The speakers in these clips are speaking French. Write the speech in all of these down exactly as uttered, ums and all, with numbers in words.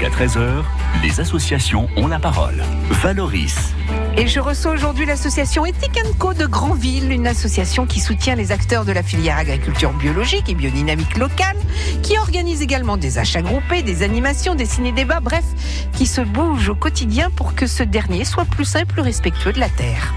Jusqu'à treize heures, les associations ont la parole. Valoris. Et je reçois aujourd'hui l'association Ethic and Co de Granville, une association qui soutient les acteurs de la filière agriculture biologique et biodynamique locale, qui organise également des achats groupés, des animations, des ciné-débats, bref, qui se bouge au quotidien pour que ce dernier soit plus sain et plus respectueux de la terre.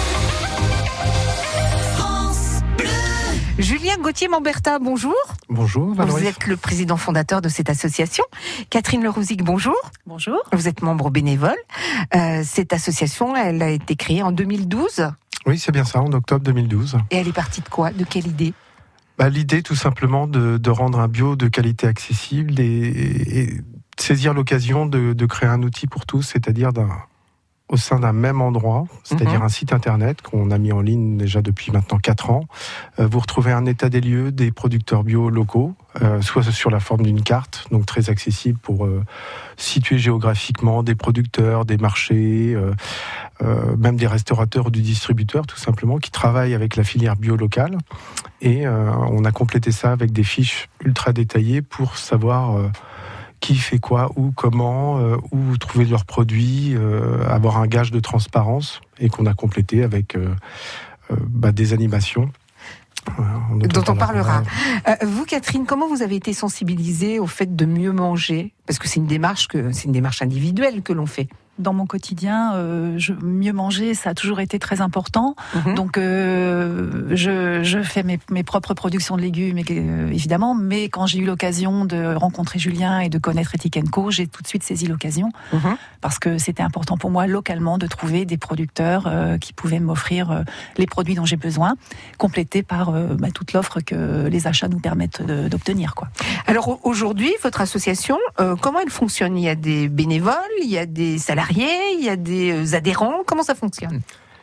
Julien Gauthier-Mamberta, bonjour. Bonjour, Valérie. Vous êtes le président fondateur de cette association. Catherine Lerouzic, bonjour. Bonjour. Vous êtes membre bénévole. Euh, cette association, elle a été créée en deux mille douze. Oui, c'est bien ça, en octobre deux mille douze. Et elle est partie de quoi? De quelle idée? Bah, l'idée, tout simplement, de, de rendre un bio de qualité accessible et, et, et saisir l'occasion de, de créer un outil pour tous, c'est-à-dire d'un... au sein d'un même endroit, c'est-à-dire mmh. un site internet qu'on a mis en ligne déjà depuis maintenant quatre ans. Euh, vous retrouvez un état des lieux des producteurs bio locaux, euh, soit sur la forme d'une carte, donc très accessible pour euh, situer géographiquement des producteurs, des marchés, euh, euh, même des restaurateurs ou des distributeurs tout simplement, qui travaillent avec la filière bio locale. Et euh, on a complété ça avec des fiches ultra détaillées pour savoir... Euh, qui fait quoi, où, comment, euh, où trouver leurs produits, euh, avoir un gage de transparence, et qu'on a complété avec euh, euh, bah, des animations. Euh, dont on parlera. Euh, vous, Catherine, comment vous avez été sensibilisée au fait de mieux manger? Parce que c'est une démarche que c'est une démarche individuelle que l'on fait. Dans mon quotidien, euh, je, mieux manger, ça a toujours été très important. Mmh. Donc, euh, je, je fais mes, mes propres productions de légumes, euh, évidemment. Mais quand j'ai eu l'occasion de rencontrer Julien et de connaître Ethic and Co, j'ai tout de suite saisi l'occasion. Mmh. Parce que c'était important pour moi, localement, de trouver des producteurs euh, qui pouvaient m'offrir euh, les produits dont j'ai besoin, complétés par euh, bah, toute l'offre que les achats nous permettent de, d'obtenir, quoi. Alors, aujourd'hui, votre association, euh, comment elle fonctionne? Il y a des bénévoles, il y a des salariés, il y a des adhérents, comment ça fonctionne?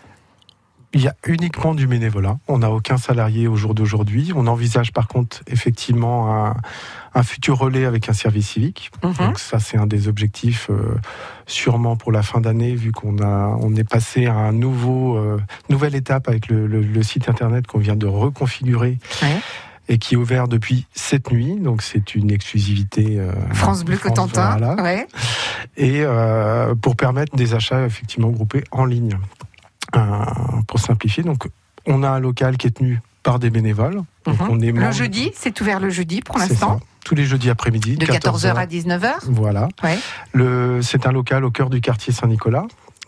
Il y a uniquement du bénévolat, on n'a aucun salarié au jour d'aujourd'hui. On envisage par contre effectivement un, un futur relais avec un service civique. Mmh. Donc ça c'est un des objectifs euh, sûrement pour la fin d'année, vu qu'on a, on est passé à un nouveau, euh, nouvelle étape avec le, le, le site internet qu'on vient de reconfigurer. Ouais. Et qui est ouvert depuis cette nuit, donc c'est une exclusivité euh, France Bleu France, Cotentin, voilà. Ouais. Et euh, pour permettre des achats effectivement groupés en ligne, euh, pour simplifier. Donc on a un local qui est tenu par des bénévoles. Donc mmh. on est membre... Le jeudi, c'est ouvert le jeudi pour l'instant. C'est ça, tous les jeudis après-midi. De quatorze heures à dix-neuf heures. Voilà. Ouais. Le, c'est un local au cœur du quartier Saint-Nicolas.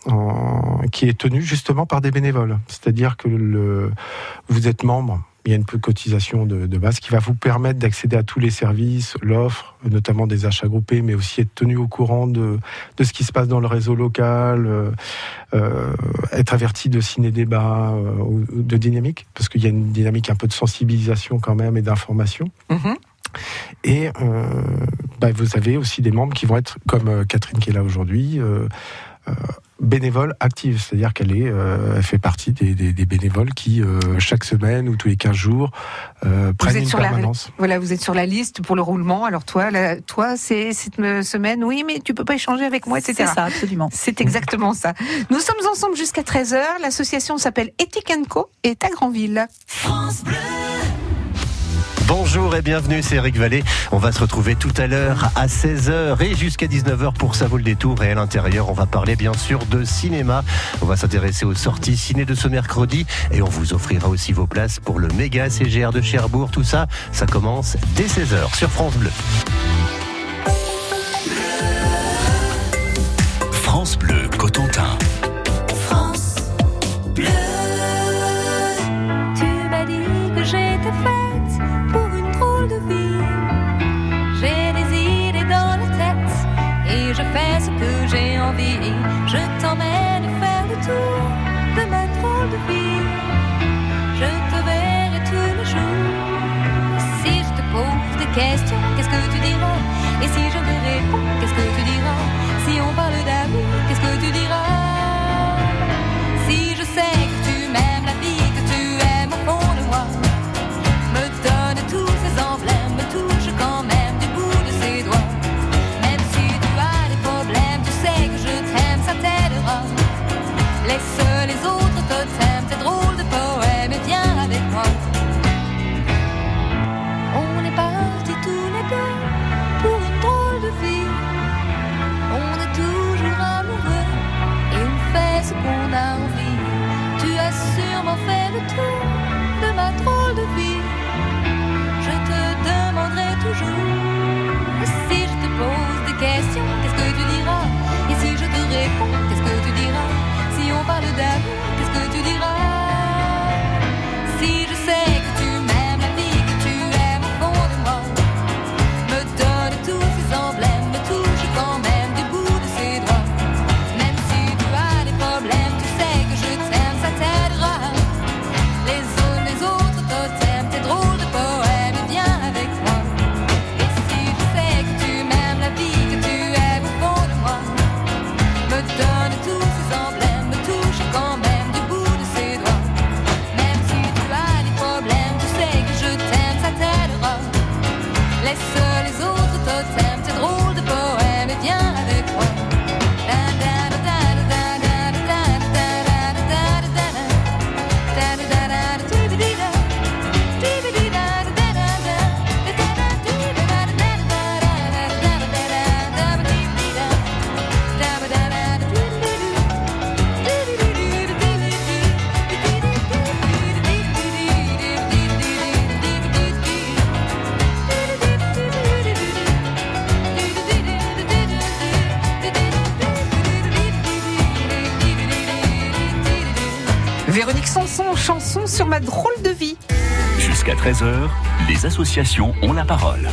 En, qui est tenu justement par des bénévoles. C'est-à-dire que le, vous êtes membre, il y a une petite cotisation de, de base qui va vous permettre d'accéder à tous les services, l'offre, notamment des achats groupés, mais aussi être tenu au courant de, de ce qui se passe dans le réseau local, euh, euh, être averti de ciné-débats, euh, ou de dynamique, parce qu'il y a une dynamique un peu de sensibilisation quand même et d'information. Mmh. Et euh, bah, vous avez aussi des membres qui vont être, comme euh, Catherine qui est là aujourd'hui, euh, euh, bénévole active, c'est-à-dire qu'elle est, euh, elle fait partie des, des, des bénévoles qui, euh, chaque semaine ou tous les quinze jours, euh, prennent une permanence. La, voilà, vous êtes sur la liste pour le roulement. Alors toi, la, toi, c'est cette semaine, oui, mais tu peux pas échanger avec moi, et cetera. C'est ça, absolument. C'est exactement ça. Nous sommes ensemble jusqu'à treize heures. L'association s'appelle Ethic and Co et est à Granville. France Bleu. Bonjour et bienvenue, c'est Eric Vallée. On va se retrouver tout à l'heure à seize heures et jusqu'à dix-neuf heures pour Ça vaut le détour. Et à l'intérieur, on va parler bien sûr de cinéma. On va s'intéresser aux sorties ciné de ce mercredi et on vous offrira aussi vos places pour le méga C G R de Cherbourg. Tout ça, ça commence dès seize heures sur France Bleu. France Bleu Cotentin. France Bleu. Tu m'as dit que j'étais faite pour une drôle de vie. J'ai des idées dans la tête et je fais ce que j'ai envie. Je t'emmène faire le tour de ma drôle de vie. Je te verrai tous les jours. Si je te pose des questions, qu'est-ce que tu diras? Et si je te réponds, qu'est-ce que tu diras? Si on parle d'amour, qu'est-ce que tu diras? Si je sais que tu m'aimes la vie, que tu aimes au fond de moi, me donne tous ces emblèmes, me touche quand même du bout de ses doigts. Même si tu as des problèmes, tu sais que je t'aime, ça t'aidera. Laisse les autres totems, tes drôles de poèmes et viens avec moi. On est partis tous les deux Véronique Sanson, chanson sur ma drôle de vie. Jusqu'à treize heures, les associations ont la parole.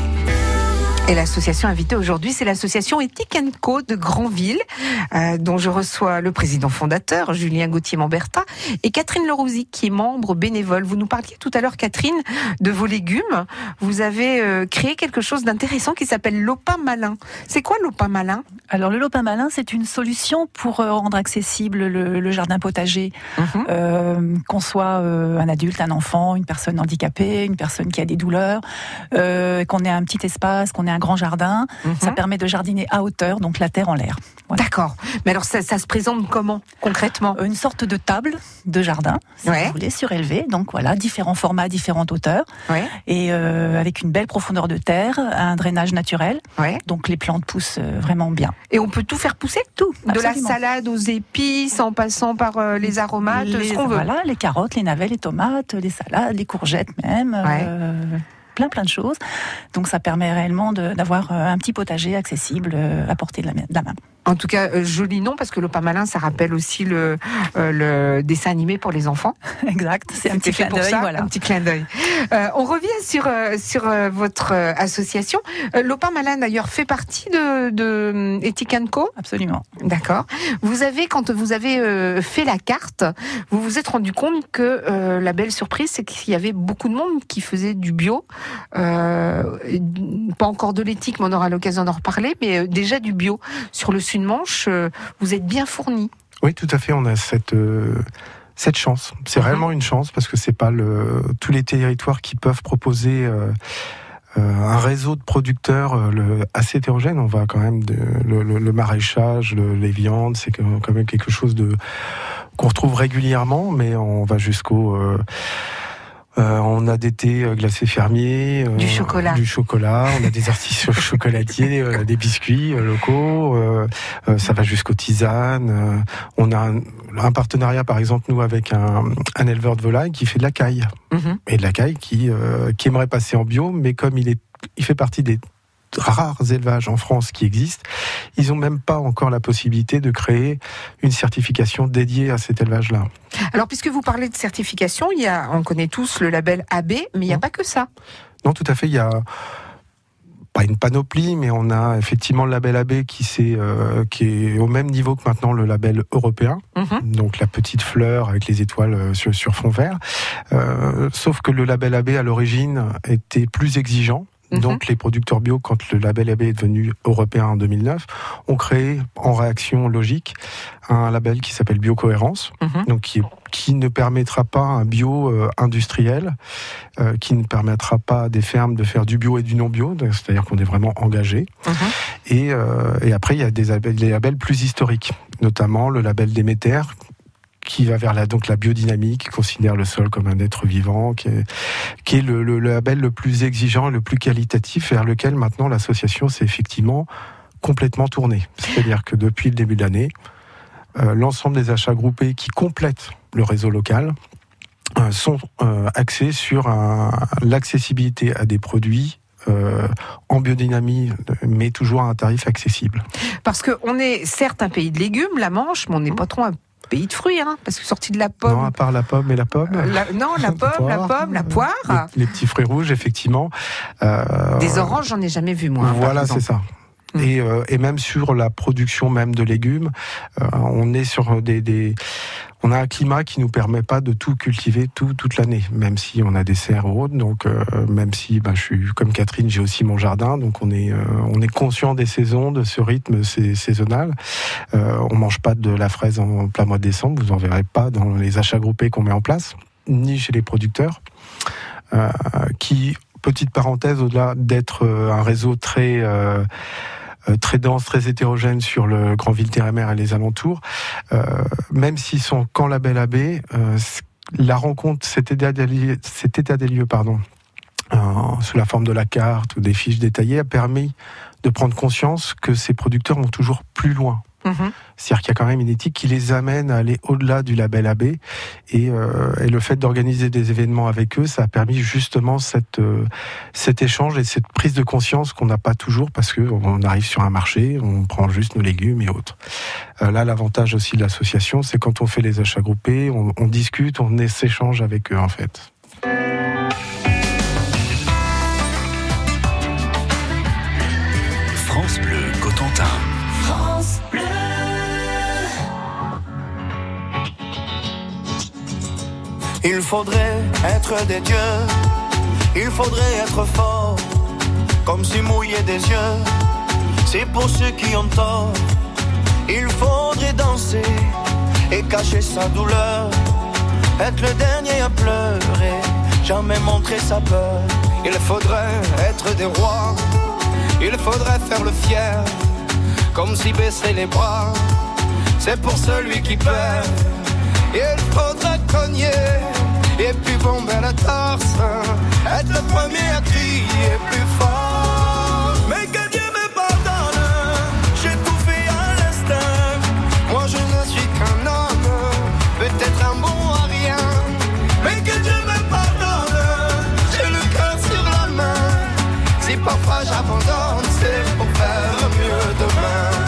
Et l'association invitée aujourd'hui, c'est l'association Ethic and Co de Granville, euh, dont je reçois le président fondateur, Julien Gauthier-Mamberta, et Catherine Lerouzy, qui est membre bénévole. Vous nous parliez tout à l'heure, Catherine, de vos légumes. Vous avez euh, créé quelque chose d'intéressant qui s'appelle l'Opin Malin. C'est quoi l'Opin Malin ? Alors le Lopin Malin, c'est une solution pour euh, rendre accessible le, le jardin potager, mmh. euh, qu'on soit euh, un adulte, un enfant, une personne handicapée, une personne qui a des douleurs, euh, qu'on ait un petit espace, qu'on ait un grand jardin. Mmh. Ça permet de jardiner à hauteur, donc la terre en l'air. Voilà. D'accord. Mais alors ça, ça se présente comment, concrètement ? Une sorte de table de jardin, si ouais. vous voulez, surélevée. Donc voilà, différents formats, différentes hauteurs. Ouais. Et euh, avec une belle profondeur de terre, un drainage naturel. Ouais. Donc les plantes poussent vraiment bien. Et on peut tout faire pousser ? Tout. De Absolument. La salade aux épices, en passant par euh, les aromates, les, ce qu'on veut. Voilà, les carottes, les navets, les tomates, les salades, les courgettes même. Ouais. Euh, plein plein de choses. Donc ça permet réellement de, d'avoir un petit potager accessible à portée de la, de la main. En tout cas, euh, joli nom, parce que l'Opin Malin, ça rappelle aussi le, euh, le dessin animé pour les enfants. Exact, c'est un petit clin d'œil. Voilà. Un petit clin d'œil. Euh, on revient sur, euh, sur euh, votre euh, association. Euh, L'Opin Malin, d'ailleurs, fait partie de, de Ethic and Co. Absolument. D'accord. Vous avez, quand vous avez euh, fait la carte, vous vous êtes rendu compte que euh, la belle surprise, c'est qu'il y avait beaucoup de monde qui faisait du bio. Euh, pas encore de l'éthique, mais on aura l'occasion d'en reparler, mais euh, déjà du bio. Sur le Sud-Manche, euh, vous êtes bien fournis. Oui, tout à fait, on a cette, euh, cette chance. C'est mmh. réellement une chance, parce que c'est pas le, tous les territoires qui peuvent proposer euh, euh, un réseau de producteurs euh, le, assez hétérogène. On va quand même, de, le, le, le maraîchage, le, les viandes, c'est quand même quelque chose de, qu'on retrouve régulièrement, mais on va jusqu'au... Euh, Euh, on a des thés glacés fermiers, euh, du chocolat, du chocolat. On a des artistes chocolatiers, euh, des biscuits euh, locaux. Euh, euh, ça va jusqu'aux tisanes. Euh, on a un, un partenariat, par exemple, nous avec un, un éleveur de volailles qui fait de la caille mm-hmm. et de la caille qui euh, qui aimerait passer en bio, mais comme il est, il fait partie des rares élevages en France qui existent, ils n'ont même pas encore la possibilité de créer une certification dédiée à cet élevage-là. Alors, puisque vous parlez de certification, il y a, on connaît tous le label A B, mais il n'y a mmh. pas que ça. Non, tout à fait, il y a pas une panoplie, mais on a effectivement le label A B qui, c'est, euh, qui est au même niveau que maintenant le label européen, mmh. donc la petite fleur avec les étoiles sur, sur fond vert, euh, sauf que le label A B à l'origine était plus exigeant. Donc, mmh. les producteurs bio, quand le label A B est devenu européen en deux mille neuf, ont créé, en réaction logique, un label qui s'appelle Biocohérence, mmh. donc qui, qui ne permettra pas un bio euh, industriel, euh, qui ne permettra pas à des fermes de faire du bio et du non-bio, c'est-à-dire qu'on est vraiment engagé. Mmh. Et, euh, et après, il y a des labels, des labels plus historiques, notamment le label Déméter, qui va vers la, donc la biodynamie, qui considère le sol comme un être vivant, qui est, qui est le, le, le label le plus exigeant et le plus qualitatif, vers lequel maintenant l'association s'est effectivement complètement tournée. C'est-à-dire que depuis le début de l'année, euh, l'ensemble des achats groupés qui complètent le réseau local euh, sont euh, axés sur un, l'accessibilité à des produits Euh, en biodynamie, mais toujours à un tarif accessible. Parce qu'on est certes un pays de légumes, la Manche, mais on n'est pas trop un pays de fruits, hein, parce que sorti de la pomme... Non, à part la pomme et la pomme. Euh, la, non, la pomme, la pomme, la poire. Les, les petits fruits rouges, effectivement. Euh, Des oranges, j'en ai jamais vu, moi. Voilà, c'est ça. Mmh. Et, euh, et même sur la production même de légumes, euh, on est sur des, des... On a un climat qui nous permet pas de tout cultiver tout, toute l'année, même si on a des serres hautes, donc euh, même si bah, je suis comme Catherine, j'ai aussi mon jardin, donc on est, euh, on est conscient des saisons, de ce rythme c'est, saisonnal. Euh, on mange pas de la fraise en plein mois de décembre, vous en verrez pas dans les achats groupés qu'on met en place, ni chez les producteurs, euh, qui, petite parenthèse, au-delà d'être un réseau très... Euh, Euh, très dense, très hétérogène sur le Granville-Thérémère et les alentours, euh, même s'ils sont qu'en label A B, euh, la rencontre, cet état des lieux, cet état des lieux pardon, euh, sous la forme de la carte ou des fiches détaillées, a permis de prendre conscience que ces producteurs vont toujours plus loin Mmh. C'est-à-dire qu'il y a quand même une éthique qui les amène à aller au-delà du label A B. Et, euh, et le fait d'organiser des événements avec eux, ça a permis justement cette, euh, cet échange et cette prise de conscience qu'on n'a pas toujours parce qu'on arrive sur un marché, on prend juste nos légumes et autres. Euh, là, l'avantage aussi de l'association, c'est quand on fait les achats groupés, on, on discute, on s'échange avec eux en fait. France Bleu Cotentin. France Bleu. Il faudrait être des dieux, il faudrait être fort, comme si mouiller des yeux, c'est pour ceux qui ont tort. Il faudrait danser et cacher sa douleur, être le dernier à pleurer, jamais montrer sa peur. Il faudrait être des rois, il faudrait faire le fier, comme si baisser les bras, c'est pour celui qui perd. Il faudrait cogner et puis bomber la torse, être le premier à crier plus fort. Mais que Dieu me pardonne, j'ai tout fait à l'instinct. Moi je ne suis qu'un homme, peut-être un bon à rien. Mais que Dieu me pardonne, j'ai le cœur sur la main. Si parfois j'abandonne, c'est pour faire mieux demain.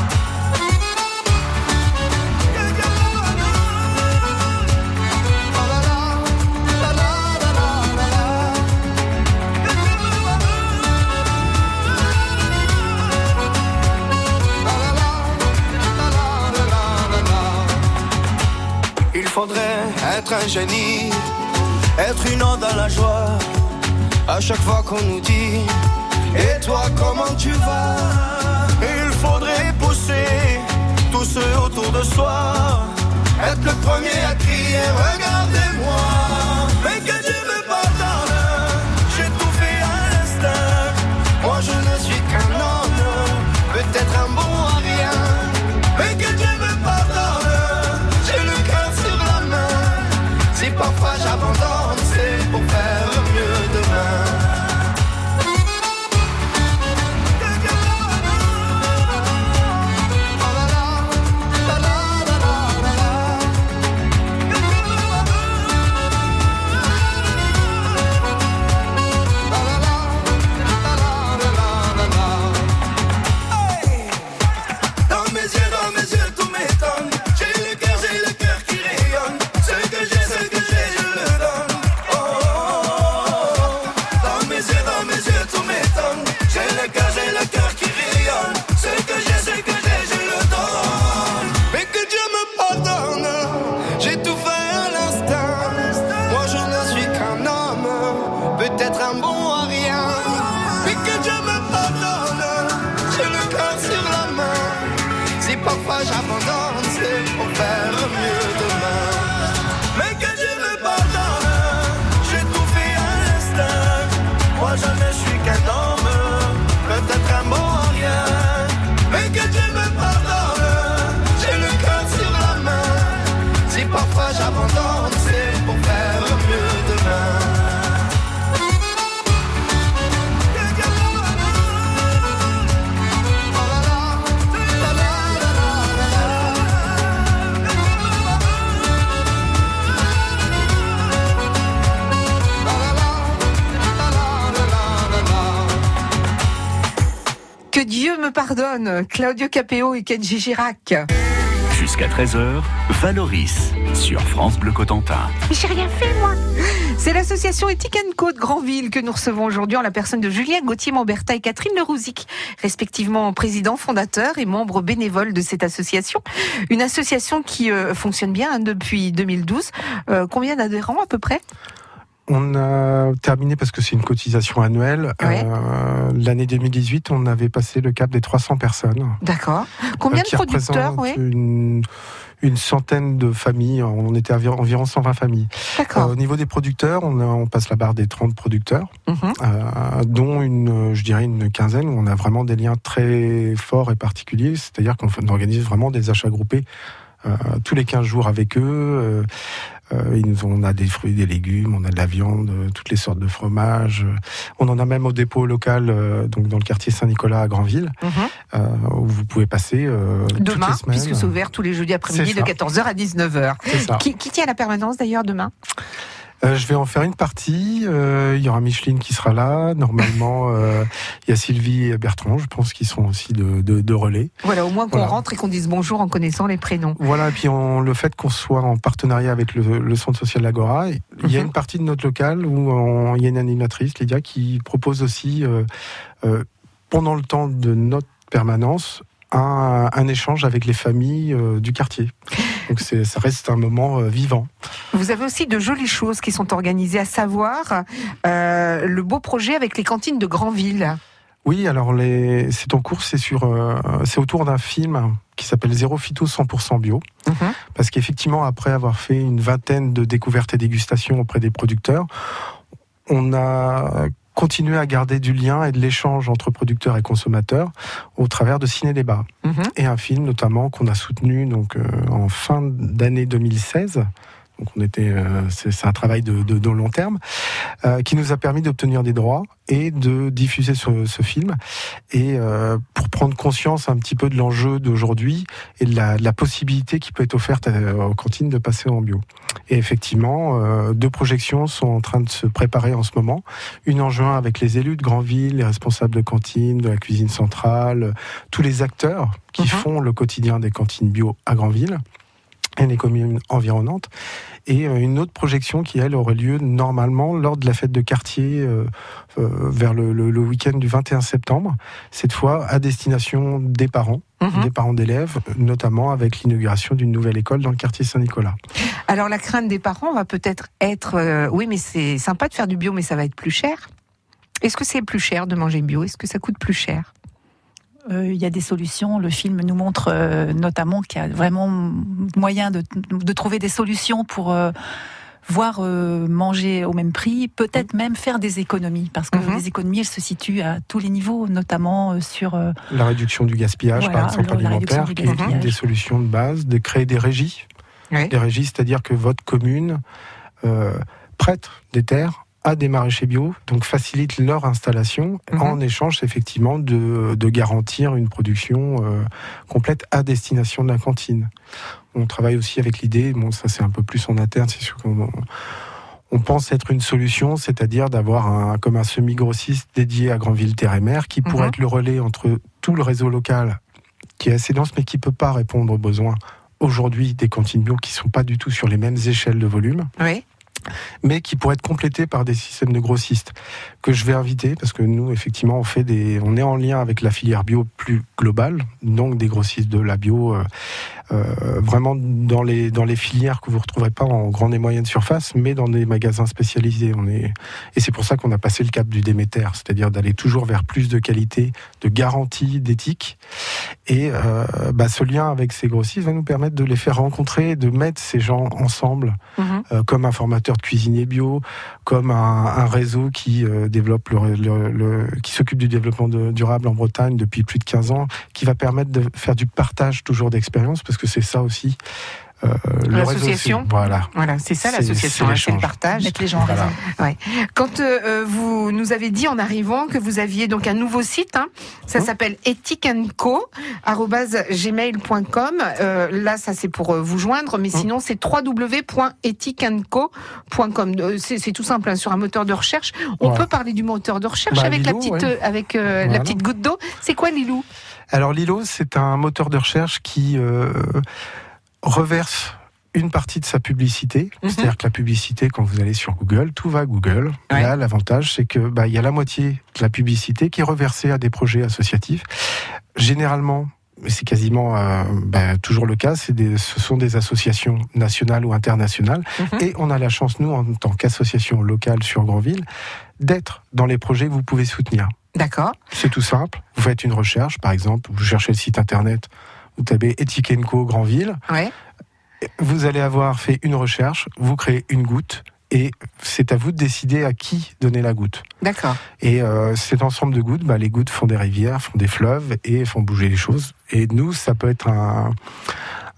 Il faudrait être un génie, être une onde dans la joie. À chaque fois qu'on nous dit et toi comment tu vas? Il faudrait pousser tous ceux autour de soi, être le premier à crier regardez-moi. Mais que Dieu me pardonne, j'ai tout fait à l'instinct. Moi je ne suis qu'un homme, peut-être un bon à rien. Mais que Dieu me pardonne, j'ai le cœur sur la main. Si parfois j'abandonne, c'est pour faire mieux demain. J'abandonne, c'est pour faire mieux demain. Mais que Dieu me pardonne, j'ai tout fait à l'instinct. Moi je ne suis qu'un homme, peut-être un mot à rien. Mais que Dieu me pardonne, j'ai le cœur sur la main. Si parfois j'abandonne, c'est pour faire mieux demain. Que Dieu me pardonne, Claudio Capéo et Kenji Girac. Jusqu'à treize heures, Valoris sur France Bleu Cotentin. J'ai rien fait, moi. C'est l'association Éthique and Co de Granville que nous recevons aujourd'hui en la personne de Julien Gauthier-Mamberta et Catherine Lerouzic, respectivement président, fondateur et membre bénévole de cette association. Une association qui euh, fonctionne bien hein, depuis deux mille douze. Euh, combien d'adhérents à peu près ? On a terminé parce que c'est une cotisation annuelle. Ouais. Euh, l'année deux mille dix-huit, on avait passé le cap des trois cents personnes. D'accord. Combien euh, de producteurs oui. ouais. une, une centaine de familles. On était environ, environ cent vingt familles. D'accord. Euh, au niveau des producteurs, on, a, on passe la barre des trente producteurs, Mmh. euh, dont une, je dirais une quinzaine où on a vraiment des liens très forts et particuliers. C'est-à-dire qu'on organise vraiment des achats groupés euh, tous les quinze jours avec eux. Euh, euh, ils nous ont, on a des fruits, des légumes, on a de la viande, euh, toutes les sortes de fromages. On en a même au dépôt local, euh, donc dans le quartier Saint-Nicolas à Granville, mm-hmm. euh, où vous pouvez passer euh, demain, toutes les semaines. Puisque c'est ouvert tous les jeudis après-midi de quatorze heures à dix-neuf heures. C'est ça. Qui, qui tient la permanence d'ailleurs demain ? Euh, je vais en faire une partie. Euh, il y aura Micheline qui sera là. Normalement, euh, il y a Sylvie et Bertrand, je pense, qui seront aussi de, de, de relais. Voilà, au moins qu'on voilà. rentre et qu'on dise bonjour en connaissant les prénoms. Voilà, et puis on, le fait qu'on soit en partenariat avec le, le Centre social L'Agora, il y a une partie de notre local où on, il y a une animatrice, Lydia, qui propose aussi, euh, euh, pendant le temps de notre permanence, un, un échange avec les familles euh, du quartier. Donc c'est, ça reste un moment euh, vivant. Vous avez aussi de jolies choses qui sont organisées, à savoir euh, le beau projet avec les cantines de Granville. Oui, alors les, c'est en cours, c'est, sur, euh, c'est autour d'un film qui s'appelle Zéro Phyto cent pour cent bio. Mmh. Parce qu'effectivement, après avoir fait une vingtaine de découvertes et dégustations auprès des producteurs, on a continuer à garder du lien et de l'échange entre producteurs et consommateurs au travers de ciné-débats. Mmh. Et un film notamment qu'on a soutenu donc, euh, en fin d'année deux mille seize. Donc on était, euh, c'est, c'est un travail de, de, de long terme, euh, qui nous a permis d'obtenir des droits et de diffuser ce, ce film. Et euh, pour prendre conscience un petit peu de l'enjeu d'aujourd'hui et de la, de la possibilité qui peut être offerte à, aux cantines de passer en bio. Et effectivement, euh, deux projections sont en train de se préparer en ce moment. Une en juin avec les élus de Granville, les responsables de cantines, de la cuisine centrale, tous les acteurs qui mmh. font le quotidien des cantines bio à Granville et les communes environnantes. Et une autre projection qui, elle, aurait lieu normalement lors de la fête de quartier euh, euh, vers le, le, le week-end du vingt et un septembre, cette fois à destination des parents, mmh. des parents d'élèves, notamment avec l'inauguration d'une nouvelle école dans le quartier Saint-Nicolas. Alors la crainte des parents va peut-être être, euh, oui mais c'est sympa de faire du bio, mais ça va être plus cher. Est-ce que c'est plus cher de manger bio ? Est-ce que ça coûte plus cher ? Il euh, y a des solutions. Le film nous montre euh, notamment qu'il y a vraiment moyen de, de trouver des solutions pour euh, voir euh, manger au même prix, peut-être mmh. même faire des économies, parce que mmh. les économies, elles se situent à tous les niveaux, notamment euh, sur... Euh, la réduction du gaspillage, voilà, par exemple, alimentaire, qui est une des solutions de base, de créer des régies. Oui. Des régies, c'est-à-dire que votre commune euh, prête des terres à des maraîchers bio, donc facilite leur installation mmh. en échange effectivement de, de garantir une production euh, complète à destination de la cantine. On travaille aussi avec l'idée, bon ça c'est un peu plus en interne, c'est sûr qu'on on pense être une solution, c'est-à-dire d'avoir un, comme un semi-grossiste dédié à Granville-Terre-et-Mer qui pourrait mmh. être le relais entre tout le réseau local qui est assez dense mais qui ne peut pas répondre aux besoins aujourd'hui des cantines bio qui ne sont pas du tout sur les mêmes échelles de volume. Oui. Mais qui pourrait être complété par des systèmes de grossistes que je vais inviter parce que nous effectivement on fait des, on est en lien avec la filière bio plus globale, donc des grossistes de la bio euh, euh, vraiment dans les dans les filières que vous retrouverez pas en grande et moyenne surface, mais dans des magasins spécialisés. On est et c'est pour ça qu'on a passé le cap du Déméter, c'est-à-dire d'aller toujours vers plus de qualité, de garantie, d'éthique. Et euh, bah, ce lien avec ces grossistes va nous permettre de les faire rencontrer, de mettre ces gens ensemble, mmh. euh, comme un formateur de cuisinier bio, comme un, un réseau qui euh, développe le, le, le qui s'occupe du développement de, durable en Bretagne depuis plus de quinze ans, qui va permettre de faire du partage toujours d'expérience, parce que c'est ça aussi. Euh, l'association, réseau, voilà, voilà, c'est ça c'est, l'association, c'est, c'est le partage, mettre les gens en voilà. Ouais. Quand euh, vous nous avez dit en arrivant que vous aviez donc un nouveau site, hein, ça mmh. s'appelle ethic and co arobase gmail point com. Euh, là, ça c'est pour euh, vous joindre, mais mmh. sinon c'est w w w point ethic and co point com. Euh, c'est, c'est tout simple, hein, sur un moteur de recherche. On ouais. peut parler du moteur de recherche bah, avec Lilo, la petite, ouais. euh, avec euh, voilà. la petite goutte d'eau. C'est quoi Lilo ? Alors Lilo, c'est un moteur de recherche qui euh, reverse une partie de sa publicité, mm-hmm. c'est-à-dire que la publicité, quand vous allez sur Google, tout va à Google. Ouais. Là, l'avantage, c'est que bah, y a la moitié de la publicité qui est reversée à des projets associatifs. Généralement, mais c'est quasiment euh, bah, toujours le cas, c'est des, ce sont des associations nationales ou internationales, mm-hmm. et on a la chance, nous, en tant qu'association locale sur Granville, d'être dans les projets que vous pouvez soutenir. D'accord. C'est tout simple. Vous faites une recherche, par exemple, vous cherchez le site internet, vous tapez Ethic and Co Granville. Ouais. Vous allez avoir fait une recherche, vous créez une goutte, et c'est à vous de décider à qui donner la goutte. D'accord. Et euh, cet ensemble de gouttes, bah, les gouttes font des rivières, font des fleuves et font bouger les choses. Et nous, ça peut être un,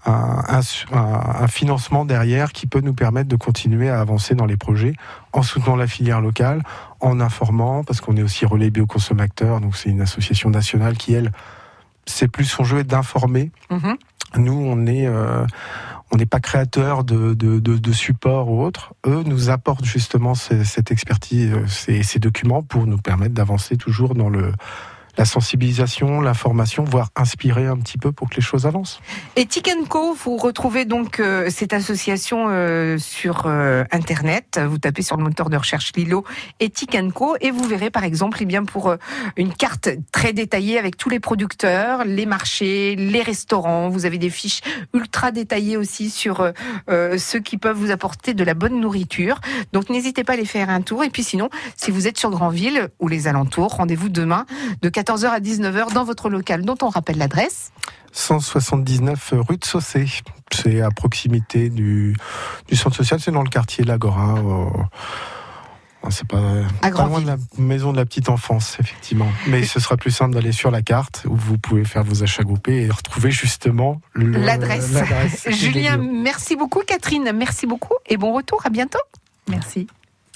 un, un, un financement derrière qui peut nous permettre de continuer à avancer dans les projets en soutenant la filière locale, en informant, parce qu'on est aussi relais bioconsommateurs, donc c'est une association nationale qui, elle, c'est plus son jeu est d'informer. Mmh. Nous, on est... Euh, On n'est pas créateur de, de, de, de supports ou autres. Eux nous apportent justement ces, cette expertise, ces, ces documents pour nous permettre d'avancer toujours dans le, la sensibilisation, l'information, voire inspirer un petit peu pour que les choses avancent. Ethic and Co, vous retrouvez donc euh, cette association euh, sur euh, Internet. Vous tapez sur le moteur de recherche Lilo Ethic and Co et vous verrez par exemple eh bien, pour euh, une carte très détaillée avec tous les producteurs, les marchés, les restaurants. Vous avez des fiches ultra détaillées aussi sur euh, ceux qui peuvent vous apporter de la bonne nourriture. Donc n'hésitez pas à aller faire un tour. Et puis sinon, si vous êtes sur Granville ou les alentours, rendez-vous demain de quatorze heures à dix-neuf heures dans votre local dont on rappelle l'adresse. cent soixante-dix-neuf rue de Saucé. C'est à proximité du, du centre social, c'est dans le quartier l'Agora. Euh, c'est pas, pas loin de la maison de la petite enfance, effectivement. Mais ce sera plus simple d'aller sur la carte où vous pouvez faire vos achats groupés et retrouver justement le, l'adresse. l'adresse. Julien, merci beaucoup. Catherine, merci beaucoup et bon retour. À bientôt. Merci.